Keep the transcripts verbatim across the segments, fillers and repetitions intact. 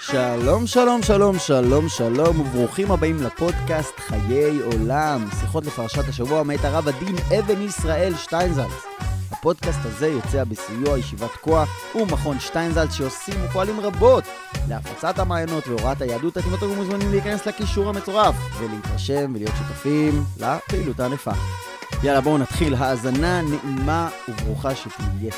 שלום, שלום, שלום, שלום, שלום, וברוכים הבאים לפודקאסט חיי עולם, שיחות לפרשת השבוע מאת הרב הדין אבן ישראל שטיינזלץ. הפודקאסט הזה יוצא בסיוע ישיבת כוח ומכון שטיינזלץ שעושים ופועלים רבות להפצת המעיינות והוראת היהדות. אתם יותר מוזמנים להיכנס לקישור המצורף ולהתרשם ולהיות שותפים לפעילות הענפה. יאללה, בואו נתחיל. האזנה נעימה וברוכה שתהיה.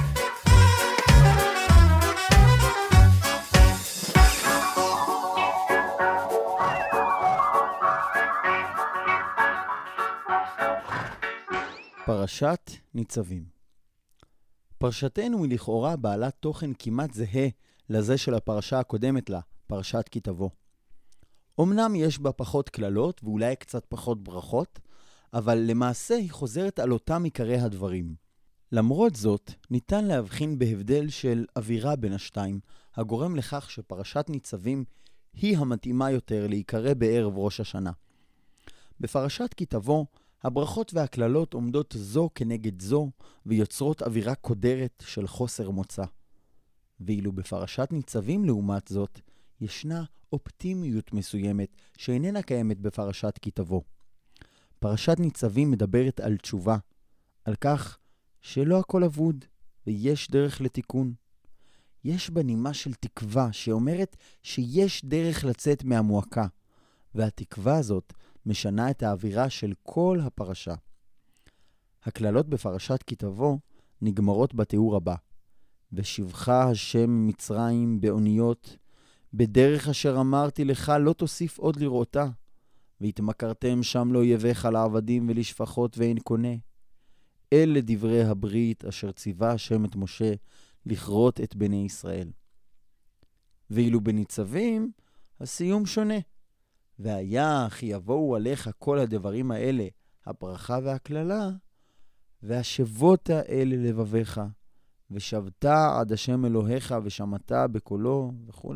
פרשת ניצבים. פרשתנו היא לכאורה בעלת תוכן כמעט זהה לזה של הפרשה הקודמת לה, פרשת כי תבוא. אמנם יש בה פחות כללות ואולי קצת פחות ברכות, אבל למעשה היא חוזרת על אותם עיקרי הדברים. למרות זאת, ניתן להבחין בהבדל של אווירה בין השתיים, הגורם לכך שפרשת ניצבים היא המתאימה יותר להיקרא בערב ראש השנה. בפרשת כי תבוא, הברכות והכללות עומדות זו כנגד זו ויוצרות אווירה קודרת של חוסר מוצא. ואילו בפרשת ניצבים לעומת זאת, ישנה אופטימיות מסוימת שאיננה קיימת בפרשת כי תבוא. פרשת ניצבים מדברת על תשובה, על כך שלא הכל אבוד ויש דרך לתיקון. יש בה נימה של תקווה שאומרת שיש דרך לצאת מהמועקה, והתקווה הזאת משנה את האווירה של כל הפרשה. הכללות בפרשת כי תבוא נגמרות בתיאור הבא: ושבך השם מצרים באוניות, בדרך אשר אמרתי לך לא תוסיף עוד לראותה, והתמכרתם שם לאויביך לעבדים ולשפחות ואין קונה. אלה דברי הברית אשר ציווה השם את משה לכרות את בני ישראל. ואילו בניצבים הסיום שונה. והיה כי יבואו עליך כל הדברים האלה, הברכה והכללה, והשבות אלה לבביך, ושבת עד השם אלוהיך ושמעת בקולו וכו'.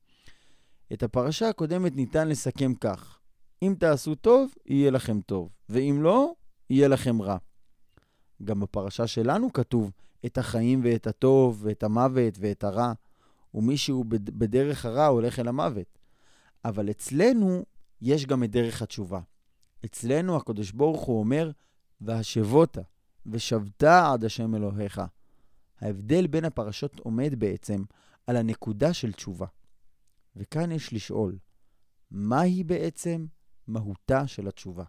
את הפרשה הקודמת ניתן לסכם כך: אם תעשו טוב, יהיה לכם טוב, ואם לא, יהיה לכם רע. גם בפרשה שלנו כתוב את החיים ואת הטוב, ואת המוות ואת הרע, ומישהו בדרך הרע הולך אל המוות. אבל אצלנו יש גם את דרך התשובה. אצלנו הקדוש ברוך הוא אומר, והשבות ושבת עד השם אלוהיך. ההבדל בין הפרשות עומד בעצם על הנקודה של תשובה. וכאן יש לשאול, מהי בעצם מהותה של התשובה?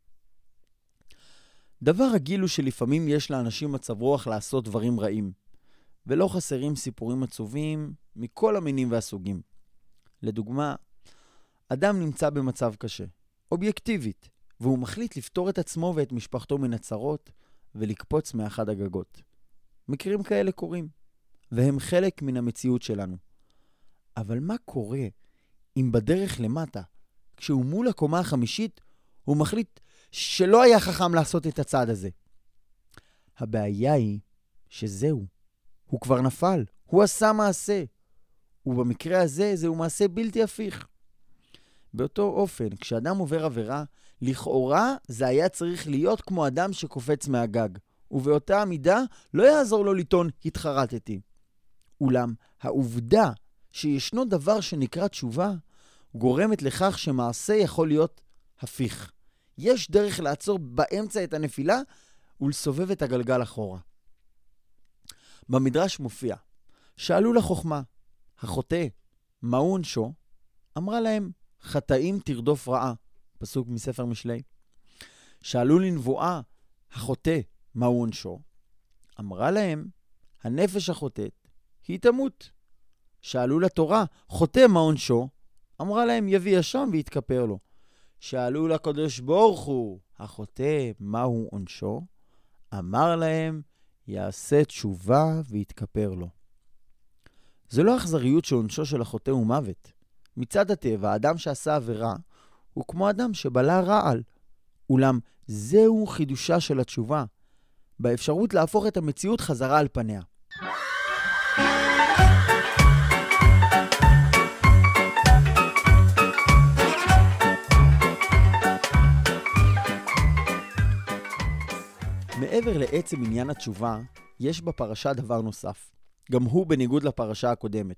דבר רגיל הוא שלפעמים יש לאנשים מצב רוח לעשות דברים רעים, ולא חסרים סיפורים עצובים מכל המינים והסוגים. לדוגמה, אדם נמצא במצב קשה, אובייקטיבית, והוא מחליט לפתור את עצמו ואת משפחתו מן הצרות ולקפוץ מאחד הגגות. מקרים כאלה קורים, והם חלק מן המציאות שלנו. אבל מה קורה אם בדרך למטה, כשהוא מול הקומה החמישית, הוא מחליט שלא היה חכם לעשות את הצעד הזה? הבעיה היא שזהו, הוא כבר נפל, הוא עשה מעשה, ובמקרה הזה זהו מעשה בלתי הפיך. באותו אופן, כשאדם עובר עבירה, לכאורה זה היה צריך להיות כמו אדם שקופץ מהגג, ובאותה המידה לא יעזור לו לטעון התחרטתי. אולם העובדה שישנו דבר שנקרא תשובה, גורמת לכך שמעשה יכול להיות הפיך. יש דרך לעצור באמצע את הנפילה ולסובב את הגלגל אחורה. במדרש מופיע, שאלו לחוכמה, החוטא, מהו עונשו? אמרה להם, חטאים תרדוף רעה, פסוק מספר משלי. שאלו לנבואה, החוטא, מהו עונשו? אמרה להם, הנפש החוטאת, היא תמות. שאלו לתורה, חוטא, מה עונשו? אמרה להם, יביא אשם ויתכפר לו. שאלו לקדוש ברוך הוא, החוטא, מהו עונשו? אמר להם, יעשה תשובה ויתכפר לו. זו לא אכזריות שעונשו של החוטא הוא מוות. מצד הטבע, האדם שעשה עבירה הוא כמו אדם שבלע רעל. אולם זהו חידושה של התשובה, באפשרות להפוך את המציאות חזרה על פניה. מעבר לעצם עניין התשובה, יש בפרשה דבר נוסף. גם הוא בניגוד לפרשה הקודמת.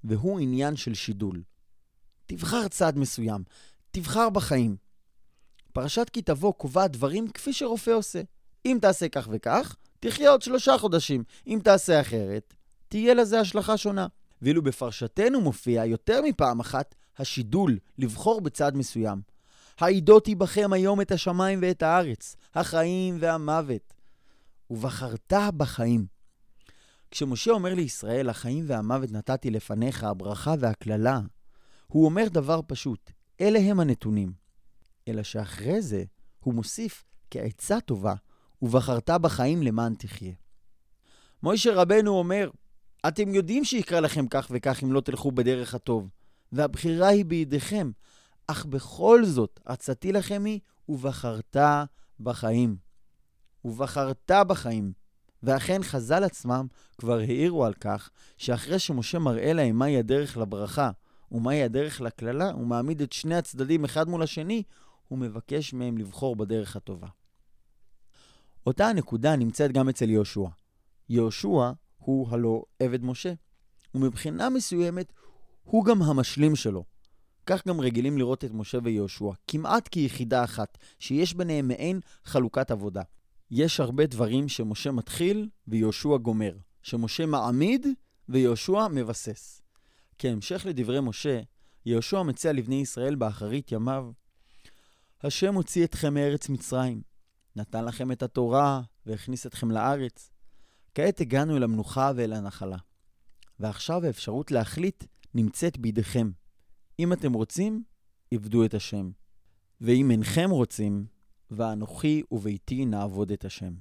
והוא עניין של שידול. תבחר צעד מסוים, תבחר בחיים. פרשת כי תבוא קובעת דברים כפי שרופא עושה. אם תעשה כך וכך, תחיה עוד שלושה חודשים. אם תעשה אחרת, תהיה לזה השלכה שונה. ואילו בפרשתנו מופיע יותר מפעם אחת השידול לבחור בצעד מסוים. העידותי בכם היום את השמיים ואת הארץ, החיים והמוות. ובחרת בחיים. כשמשה אומר לישראל, החיים והמוות נתתי לפניך, הברכה והכללה, הוא אומר דבר פשוט, אלה הם הנתונים. אלא שאחרי זה הוא מוסיף כעצה טובה, ובחרת בחיים למען תחיה. משה רבנו אומר, אתם יודעים שיקרה לכם כך וכך אם לא תלכו בדרך הטוב, והבחירה היא בידיכם, אך בכל זאת עצתי לכם היא, ובחרת בחיים. ובחרת בחיים. ואכן חז"ל עצמם כבר העירו על כך, שאחרי שמשה מראה להם מהי הדרך לברכה, ומהי הדרך לכללה, הוא מעמיד את שני הצדדים אחד מול השני, הוא מבקש מהם לבחור בדרך הטובה. אותה הנקודה נמצאת גם אצל יהושע. יהושע הוא הלא עבד משה, ומבחינה מסוימת הוא גם המשלים שלו. כך גם רגילים לראות את משה ויהושע, כמעט כיחידה אחת, שיש ביניהם מעין חלוקת עבודה. יש הרבה דברים שמשה מתחיל ויהושע גומר, שמשה מעמיד ויהושע מבסס. כהמשך לדברי משה, יהושע מציע לבני ישראל באחרית ימיו, השם הוציא אתכם מארץ מצרים, נתן לכם את התורה והכניס אתכם לארץ. כעת הגענו אל המנוחה ואל הנחלה. ועכשיו האפשרות להחליט נמצאת בידיכם. אם אתם רוצים, עבדו את השם. ואם אינכם רוצים, ואנוכי וביתי נעבוד את השם.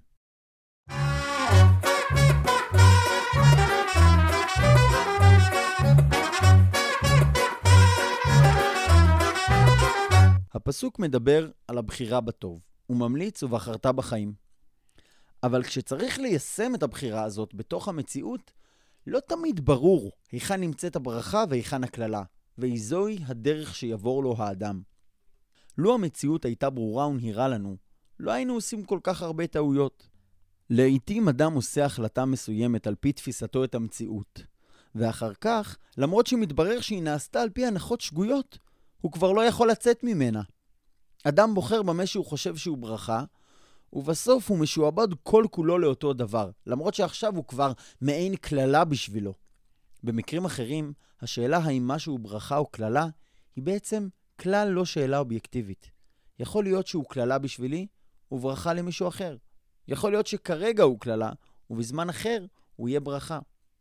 הפסוק מדבר על הבחירה בטוב. הוא ממליץ ובחרת בחיים. אבל כשצריך ליישם את הבחירה הזאת בתוך המציאות, לא תמיד ברור היכן נמצאת הברכה והיכן הכללה, ואיזוהי הדרך שיבור לו האדם. לו המציאות הייתה ברורה ונהירה לנו, לא היינו עושים כל כך הרבה טעויות. לעתים אדם עושה החלטה מסוימת על פי תפיסתו את המציאות, ואחר כך, למרות שמתברר שהיא נעשתה על פי הנחות שגויות, הוא כבר לא יכול לצאת ממנה. אדם בוחר במה שהוא חושב שהוא ברכה, ובסוף הוא משועבד כל כולו לאותו דבר, למרות שעכשיו הוא כבר מעין כללה בשבילו. במקרים אחרים, השאלה האם משהו ברכה או כללה, היא בעצם כלל לא שאלה אובייקטיבית. יכול להיות שהוא כללה בשבילי, וברכה למישהו אחר. יכול להיות שכרגע הוא כללה, ובזמן אחר הוא יהיה ברכה.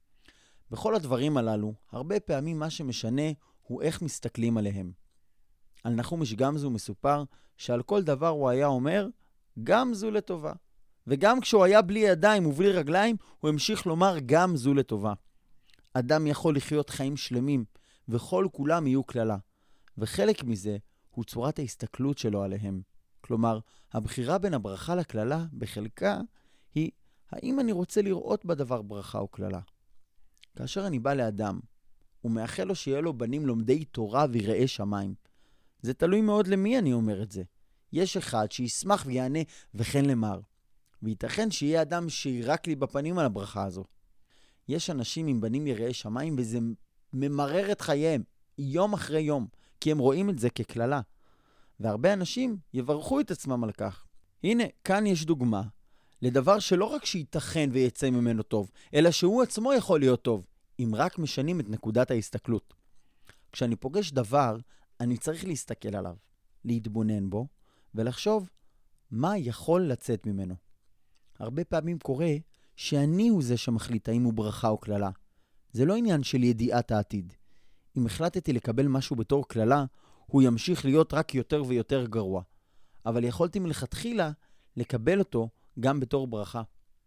בכל הדברים הללו, הרבה פעמים מה שמשנה הוא איך מסתכלים עליהם. על נחום איש גמזו מסופר שעל כל דבר הוא היה אומר, גם זו לטובה. וגם כשהוא היה בלי ידיים ובלי רגליים, הוא המשיך לומר גם זו לטובה. אדם יכול לחיות חיים שלמים, וכל כולם יהיו כללה. וחלק מזה הוא צורת ההסתכלות שלו עליהם. כלומר, הבחירה בין הברכה לכללה בחלקה היא האם אני רוצה לראות בדבר ברכה או כללה. כאשר אני בא לאדם ומאחל לו שיהיה לו בנים לומדי תורה ויראי שמיים, זה תלוי מאוד למי אני אומר את זה. יש אחד שישמח ויענה וכן למר, וייתכן שיהיה אדם שירק לי בפנים על הברכה הזו. יש אנשים עם בנים יראי שמיים וזה ממרר את חייהם יום אחרי יום, כי הם רואים את זה ככללה. והרבה אנשים יברכו את עצמם על כך. הנה, כאן יש דוגמה לדבר שלא רק שייתכן ויצא ממנו טוב, אלא שהוא עצמו יכול להיות טוב, אם רק משנים את נקודת ההסתכלות. כשאני פוגש דבר, אני צריך להסתכל עליו, להתבונן בו, ולחשוב מה יכול לצאת ממנו. הרבה פעמים קורה שאני הוא זה שמחליט האם הוא ברכה או כללה. זה לא עניין של ידיעת העתיד. אם החלטתי לקבל משהו בתור כללה, הוא ימשיך להיות רק יותר ויותר גרוע. אבל יכולתי מלכתחילה לקבל אותו גם בתור ברכה.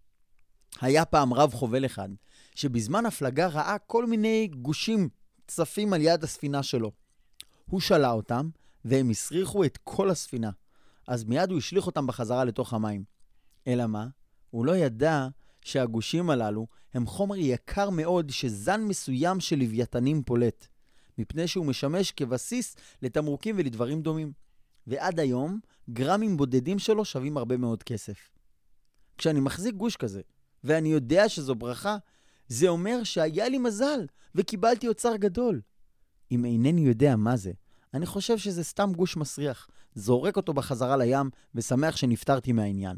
היה פעם רב חובל אחד, שבזמן הפלגה ראה כל מיני גושים צפים על יד הספינה שלו. הוא שלה אותם, והם הסריחו את כל הספינה. אז מיד הוא השליך אותם בחזרה לתוך המים. אלא מה? הוא לא ידע שהגושים הללו הם חומר יקר מאוד שזן מסוים של לוויתנים פולט, מפני שהוא משמש כבסיס לתמרוקים ולדברים דומים. ועד היום, גרמים בודדים שלו שווים הרבה מאוד כסף. כשאני מחזיק גוש כזה, ואני יודע שזו ברכה, זה אומר שהיה לי מזל וקיבלתי אוצר גדול. אם אינני יודע מה זה, אני חושב שזה סתם גוש מסריח, זורק אותו בחזרה לים ושמח שנפטרתי מהעניין.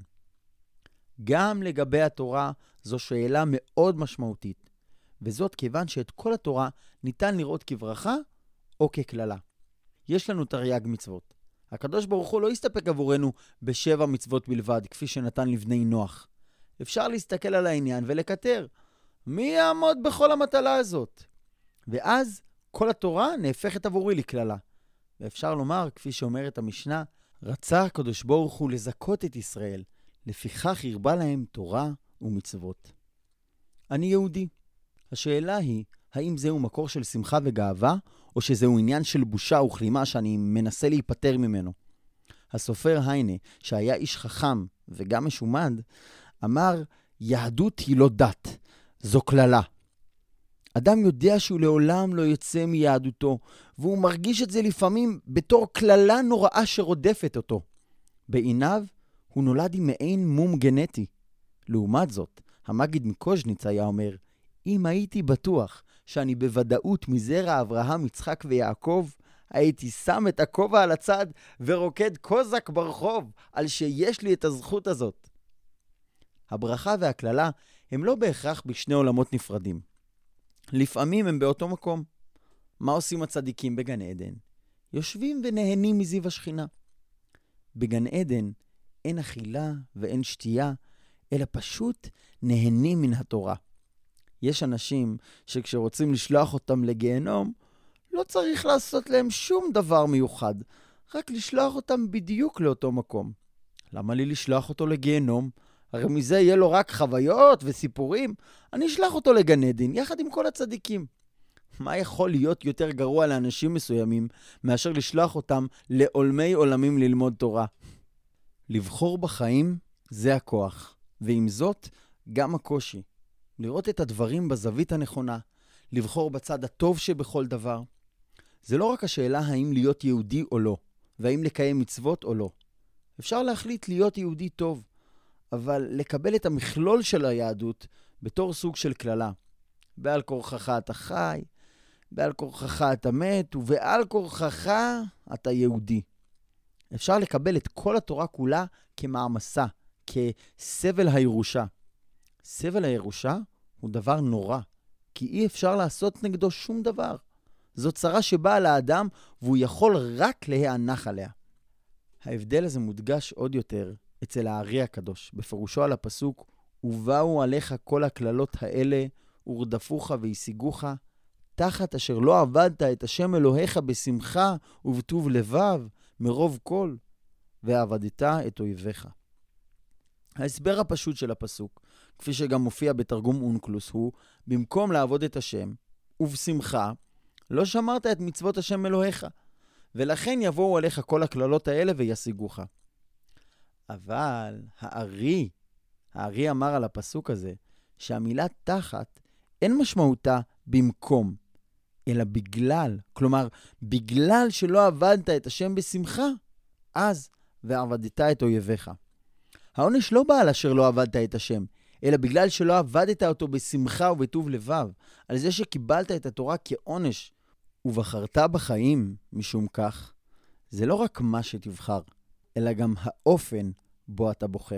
גם לגבי התורה זו שאלה מאוד משמעותית, וזאת כיוון שאת כל התורה ניתן לראות כברכה או ככללה. יש לנו תרי"ג מצוות. הקדוש ברוך הוא לא יסתפק עבורנו בשבע מצוות בלבד, כפי שנתן לבני נוח. אפשר להסתכל על העניין ולקטר. מי יעמוד בכל המטלה הזאת? ואז כל התורה נהפכת עבורי לכללה. ואפשר לומר, כפי שאומרת המשנה, רצה הקדוש ברוך הוא לזכות את ישראל, לפיכך הרבה להם תורה ומצוות. אני יהודי. השאלה היא, האם זהו מקור של שמחה וגאווה, או שזהו עניין של בושה וכלימה שאני מנסה להיפטר ממנו? הסופר היינה, שהיה איש חכם וגם משומד, אמר, יהדות היא לא דת, זו כללה. אדם יודע שהוא לעולם לא יוצא מיהדותו, והוא מרגיש את זה לפעמים בתור כללה נוראה שרודפת אותו. בעיניו הוא נולד עם מעין מום גנטי. לעומת זאת, המגיד מקוז'ניץ היה אומר, אם הייתי בטוח שאני בוודאות מזרע אברהם, יצחק ויעקב, הייתי שם את הכובע על הצד ורוקד קוזק ברחוב על שיש לי את הזכות הזאת. הברכה והכללה הם לא בהכרח בשני עולמות נפרדים. לפעמים הם באותו מקום. מה עושים הצדיקים בגן עדן? יושבים ונהנים מזיו השכינה. בגן עדן אין אכילה ואין שתייה, אלא פשוט נהנים מן התורה. יש אנשים שכשרוצים לשלוח אותם לגיהנום, לא צריך לעשות להם שום דבר מיוחד, רק לשלוח אותם בדיוק לאותו מקום. למה לי לשלוח אותו לגיהנום? הרי מזה יהיה לו רק חוויות וסיפורים. אני אשלח אותו לגן עדן, יחד עם כל הצדיקים. מה יכול להיות יותר גרוע לאנשים מסוימים, מאשר לשלוח אותם לעולמי עולמים ללמוד תורה? לבחור בחיים זה הכוח, ועם זאת גם הקושי. לראות את הדברים בזווית הנכונה, לבחור בצד הטוב שבכל דבר. זה לא רק השאלה האם להיות יהודי או לא, והאם לקיים מצוות או לא. אפשר להחליט להיות יהודי טוב, אבל לקבל את המכלול של היהדות בתור סוג של כללה. בעל כורחך אתה חי, בעל כורחך אתה מת, ובעל כורחך אתה יהודי. אפשר לקבל את כל התורה כולה כמעמסה, כסבל הירושה. סבל הירושה הוא דבר נורא, כי אי אפשר לעשות נגדו שום דבר. זו צרה שבאה לאדם והוא יכול רק להיענח עליה. ההבדל הזה מודגש עוד יותר אצל הארי הקדוש, בפירושו על הפסוק, ובאו עליך כל הכללות האלה, ורדפוך והשיגוך, תחת אשר לא עבדת את השם אלוהיך בשמחה ובטוב לבב, מרוב כל, ועבדת את אויביך. ההסבר הפשוט של הפסוק, כפי שגם מופיע בתרגום אונקלוס, הוא, במקום לעבוד את השם, ובשמחה, לא שמרת את מצוות השם אלוהיך, ולכן יבואו עליך כל הכללות האלה וישיגוך. אבל הארי, הארי אמר על הפסוק הזה, שהמילה תחת אין משמעותה במקום, אלא בגלל, כלומר, בגלל שלא עבדת את השם בשמחה, אז ועבדת את אויביך. העונש לא בא על אשר לא עבדת את השם, אלא בגלל שלא עבדת אותו בשמחה ובטוב לבב, על זה שקיבלת את התורה כעונש, ובחרת בחיים משום כך. זה לא רק מה שתבחר, אלא גם האופן בו אתה בוחר.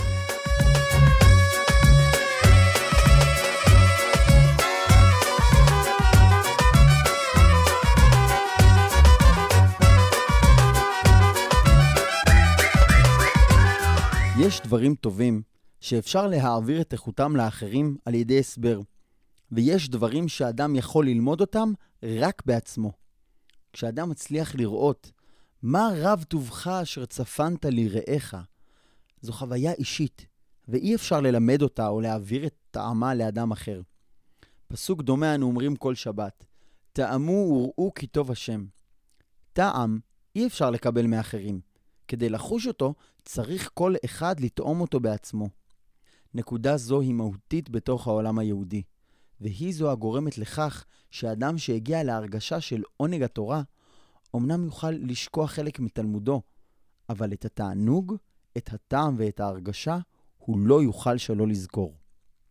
יש דברים טובים שאפשר להעביר את איכותם לאחרים על ידי הסבר, ויש דברים שאדם יכול ללמוד אותם רק בעצמו. כשאדם מצליח לראות מה רב טובך אשר צפנת לרעך, זו חוויה אישית, ואי אפשר ללמד אותה או להעביר את טעמה לאדם אחר. פסוק דומה אנו אומרים כל שבת, טעמו וראו כי טוב השם. טעם אי אפשר לקבל מאחרים. כדי לחוש אותו, צריך כל אחד לטעום אותו בעצמו. נקודה זו היא מהותית בתוך העולם היהודי, והיא זו הגורמת לכך שאדם שהגיע להרגשה של עונג התורה, אמנם יוכל לשכוח חלק מתלמודו, אבל את התענוג, את הטעם ואת ההרגשה, הוא לא יוכל שלא לזכור.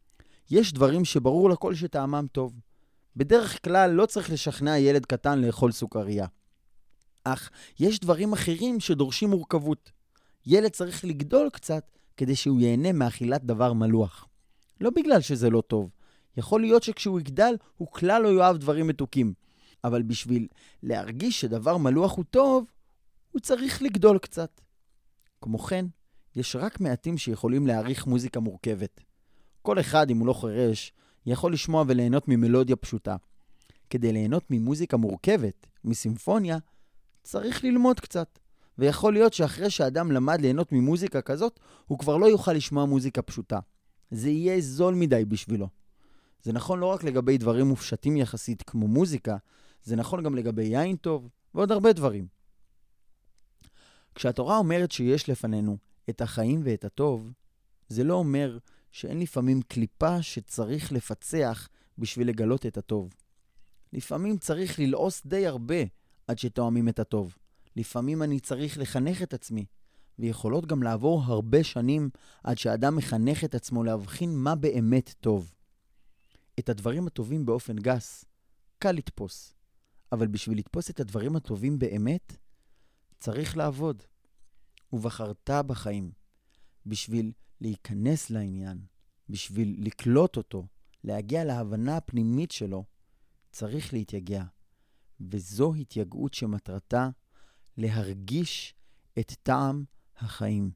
יש דברים שברור לכל שטעמם טוב. בדרך כלל לא צריך לשכנע ילד קטן לאכול סוכריה. אך יש דברים אחרים שדורשים מורכבות. ילד צריך לגדול קצת כדי שהוא ייהנה מאכילת דבר מלוח. לא בגלל שזה לא טוב. יכול להיות שכשהוא יגדל הוא כלל לא יאהב דברים מתוקים. אבל בשביל להרגיש שדבר מלוח הוא טוב, הוא צריך לגדול קצת. כמו כן, יש רק מעטים שיכולים להעריך מוזיקה מורכבת. כל אחד, אם הוא לא חרש, יכול לשמוע וליהנות ממלודיה פשוטה. כדי ליהנות ממוזיקה מורכבת, מסימפוניה, צריך ללמוד קצת. ויכול להיות שאחרי שאדם למד ליהנות ממוזיקה כזאת, הוא כבר לא יוכל לשמוע מוזיקה פשוטה. זה יהיה זול מדי בשבילו. זה נכון לא רק לגבי דברים מופשטים יחסית כמו מוזיקה, זה נכון גם לגבי יין טוב ועוד הרבה דברים. כשהתורה אומרת שיש לפנינו את החיים ואת הטוב, זה לא אומר שאין לפעמים קליפה שצריך לפצח בשביל לגלות את הטוב. לפעמים צריך ללעוס די הרבה עד שתואמים את הטוב. לפעמים אני צריך לחנך את עצמי, ויכולות גם לעבור הרבה שנים עד שאדם מחנך את עצמו להבחין מה באמת טוב. את הדברים הטובים באופן גס קל לתפוס, אבל בשביל לתפוס את הדברים הטובים באמת, צריך לעבוד. ובחרת בחיים, בשביל להיכנס לעניין, בשביל לקלוט אותו, להגיע להבנה הפנימית שלו, צריך להתייגע. וזו התייגעות שמטרתה להרגיש את טעם החיים.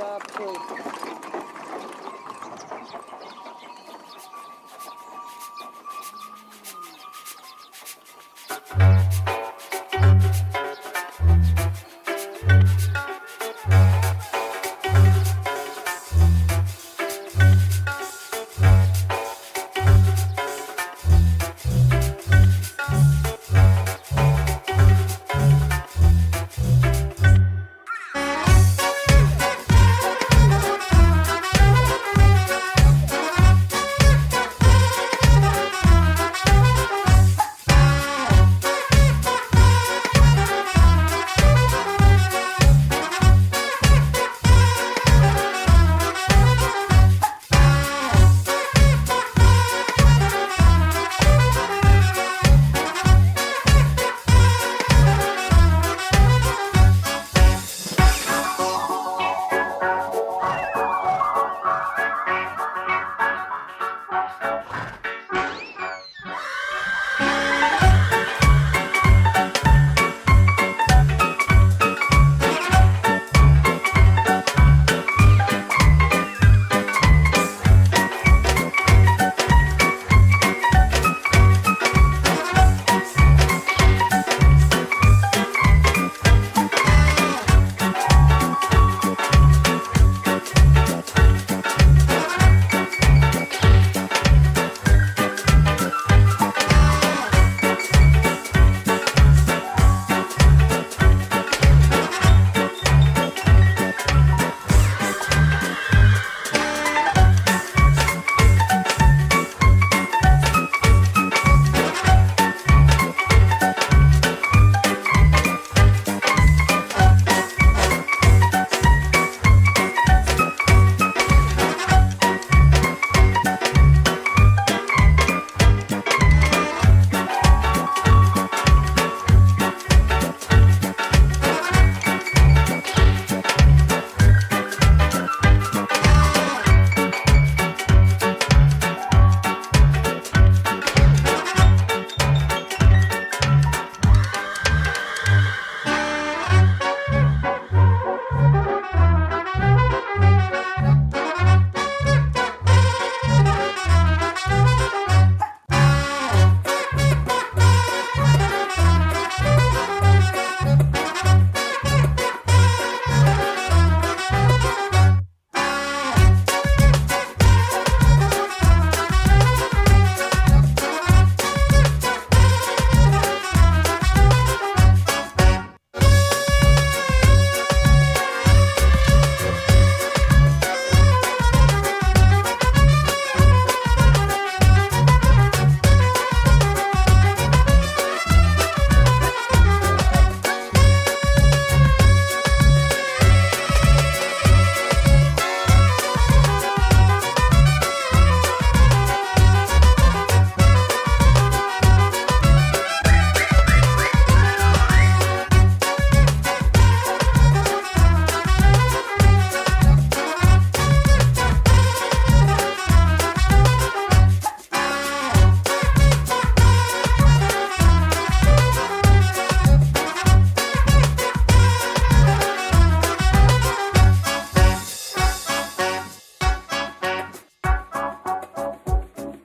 job, too.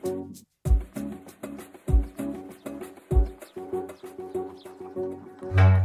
Thank you.